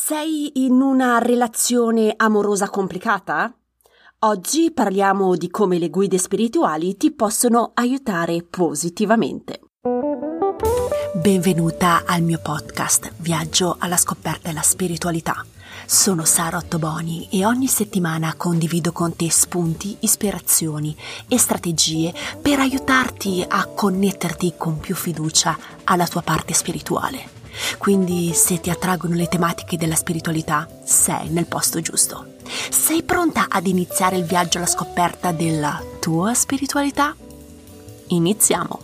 Sei in una relazione amorosa complicata? Oggi parliamo di come le guide spirituali ti possono aiutare positivamente. Benvenuta al mio podcast Viaggio alla scoperta della spiritualità. Sono Sara Ottoboni e ogni settimana condivido con te spunti, ispirazioni e strategie per aiutarti a connetterti con più fiducia alla tua parte spirituale. Quindi se ti attraggono le tematiche della spiritualità, sei nel posto giusto. Sei pronta ad iniziare il viaggio alla scoperta della tua spiritualità? Iniziamo!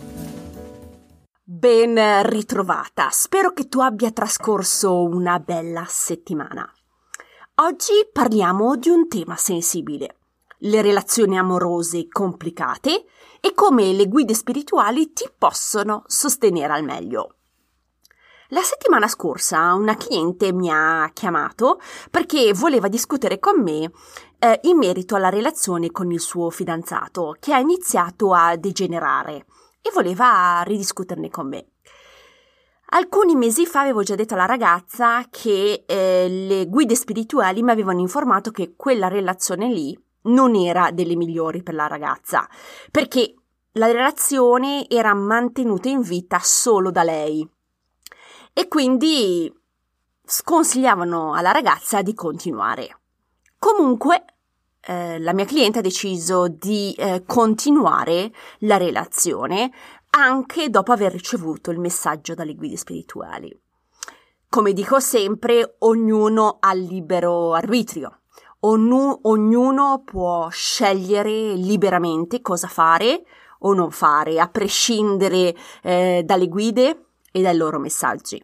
Ben ritrovata, spero che tu abbia trascorso una bella settimana. Oggi parliamo di un tema sensibile, le relazioni amorose complicate e come le guide spirituali ti possono sostenere al meglio. La settimana scorsa una cliente mi ha chiamato perché voleva discutere con me in merito alla relazione con il suo fidanzato che ha iniziato a degenerare e voleva ridiscuterne con me. Alcuni mesi fa avevo già detto alla ragazza che le guide spirituali mi avevano informato che quella relazione lì non era delle migliori per la ragazza, perché la relazione era mantenuta in vita solo da lei. E quindi sconsigliavano alla ragazza di continuare. Comunque la mia cliente ha deciso di continuare la relazione anche dopo aver ricevuto il messaggio dalle guide spirituali. Come dico sempre, ognuno ha libero arbitrio. Ognuno può scegliere liberamente cosa fare o non fare, a prescindere dalle guide e dai loro messaggi.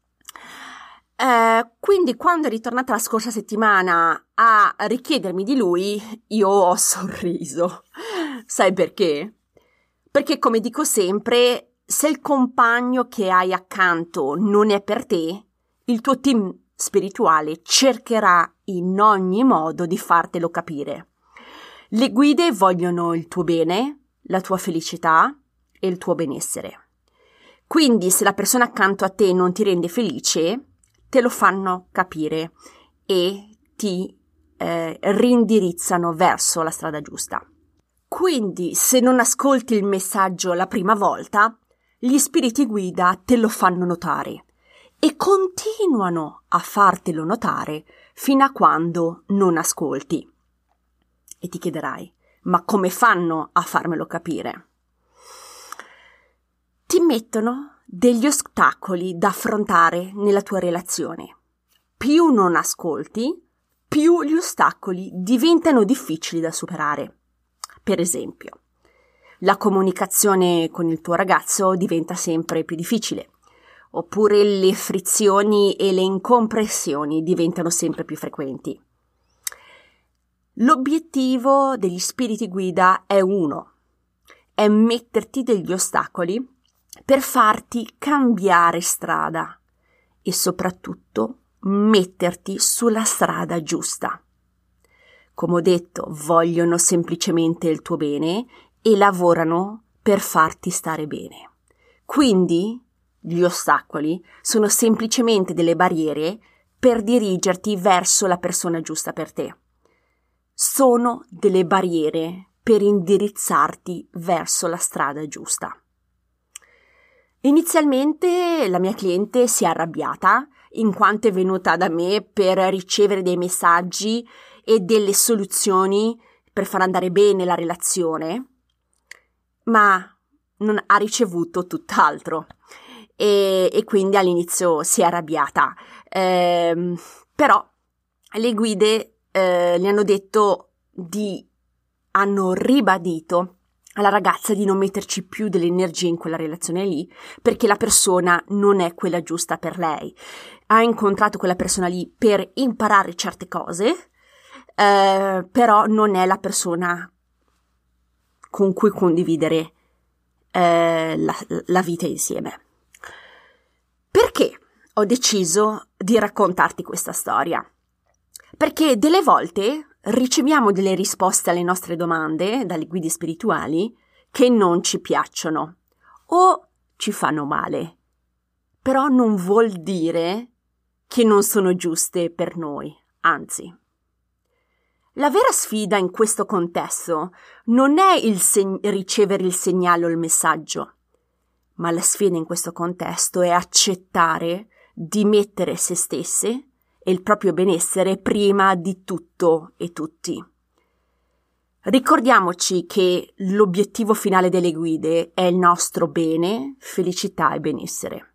Quindi quando è ritornata la scorsa settimana a richiedermi di lui, io ho sorriso. Sai perché? Perché, come dico sempre, se il compagno che hai accanto non è per te, il tuo team spirituale cercherà in ogni modo di fartelo capire. Le guide vogliono il tuo bene, la tua felicità e il tuo benessere. Quindi se la persona accanto a te non ti rende felice, te lo fanno capire e ti rindirizzano verso la strada giusta. Quindi se non ascolti il messaggio la prima volta, gli spiriti guida te lo fanno notare e continuano a fartelo notare fino a quando non ascolti. E ti chiederai, ma come fanno a farmelo capire? Ti mettono degli ostacoli da affrontare nella tua relazione. Più non ascolti, più gli ostacoli diventano difficili da superare. Per esempio, la comunicazione con il tuo ragazzo diventa sempre più difficile, oppure le frizioni e le incomprensioni diventano sempre più frequenti. L'obiettivo degli spiriti guida è uno: è metterti degli ostacoli per farti cambiare strada e soprattutto metterti sulla strada giusta. Come ho detto, vogliono semplicemente il tuo bene e lavorano per farti stare bene. Quindi gli ostacoli sono semplicemente delle barriere per dirigerti verso la persona giusta per te. Sono delle barriere per indirizzarti verso la strada giusta. Inizialmente la mia cliente si è arrabbiata in quanto è venuta da me per ricevere dei messaggi e delle soluzioni per far andare bene la relazione, ma non ha ricevuto tutt'altro e quindi all'inizio si è arrabbiata. Però le guide le hanno detto hanno ribadito alla ragazza di non metterci più delle energie in quella relazione lì, perché la persona non è quella giusta per lei. Ha incontrato quella persona lì per imparare certe cose, però non è la persona con cui condividere la vita insieme. Perché ho deciso di raccontarti questa storia? Perché delle volte riceviamo delle risposte alle nostre domande dalle guide spirituali che non ci piacciono o ci fanno male. Però non vuol dire che non sono giuste per noi, anzi. La vera sfida in questo contesto non è ricevere il segnale o il messaggio, ma la sfida in questo contesto è accettare di mettere se stesse e il proprio benessere prima di tutto e tutti. Ricordiamoci che l'obiettivo finale delle guide è il nostro bene, felicità e benessere.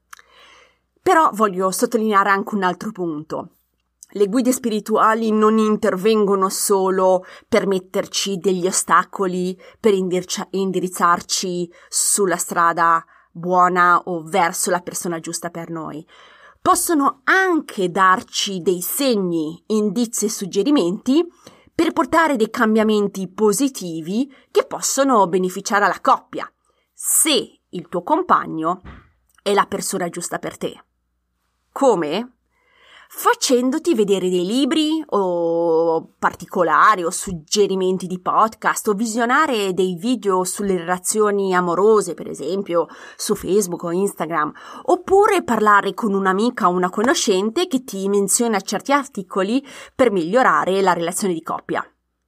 Però voglio sottolineare anche un altro punto. Le guide spirituali non intervengono solo per metterci degli ostacoli, per indirizzarci sulla strada buona o verso la persona giusta per noi. Possono anche darci dei segni, indizi e suggerimenti per portare dei cambiamenti positivi che possono beneficiare alla coppia, se il tuo compagno è la persona giusta per te. Come? Facendoti vedere dei libri o particolari o suggerimenti di podcast o visionare dei video sulle relazioni amorose, per esempio, su Facebook o Instagram, oppure parlare con un'amica o una conoscente che ti menziona certi articoli per migliorare la relazione di coppia.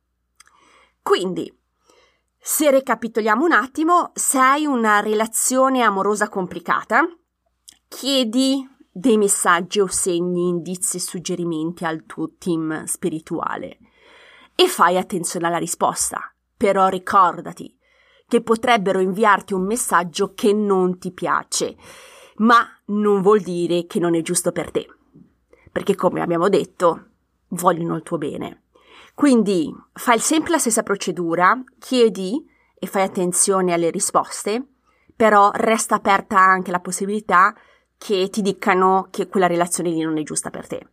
Quindi, se ricapitoliamo un attimo, se hai una relazione amorosa complicata, chiedi dei messaggi o segni, indizi e suggerimenti al tuo team spirituale e fai attenzione alla risposta. Però ricordati che potrebbero inviarti un messaggio che non ti piace, ma non vuol dire che non è giusto per te, perché come abbiamo detto, vogliono il tuo bene. Quindi fai sempre la stessa procedura, chiedi e fai attenzione alle risposte, però resta aperta anche la possibilità che ti dicano che quella relazione lì non è giusta per te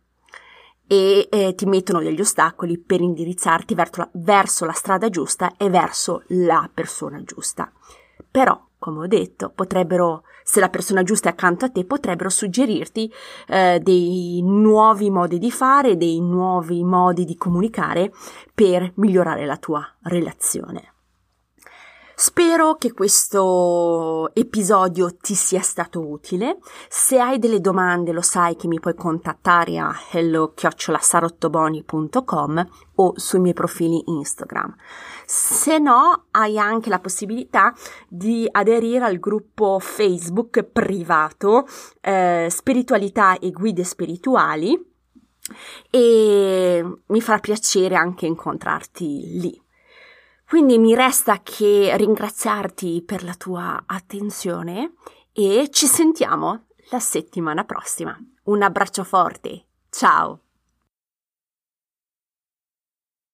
e ti mettono degli ostacoli per indirizzarti verso la strada giusta e verso la persona giusta. Però, come ho detto, potrebbero, se la persona giusta è accanto a te, potrebbero suggerirti dei nuovi modi di fare, dei nuovi modi di comunicare per migliorare la tua relazione. Spero che questo episodio ti sia stato utile. Se hai delle domande lo sai che mi puoi contattare a hello@sarottoboni.com o sui miei profili Instagram. Se no, hai anche la possibilità di aderire al gruppo Facebook privato Spiritualità e Guide Spirituali e mi farà piacere anche incontrarti lì. Quindi mi resta che ringraziarti per la tua attenzione e ci sentiamo la settimana prossima. Un abbraccio forte, ciao!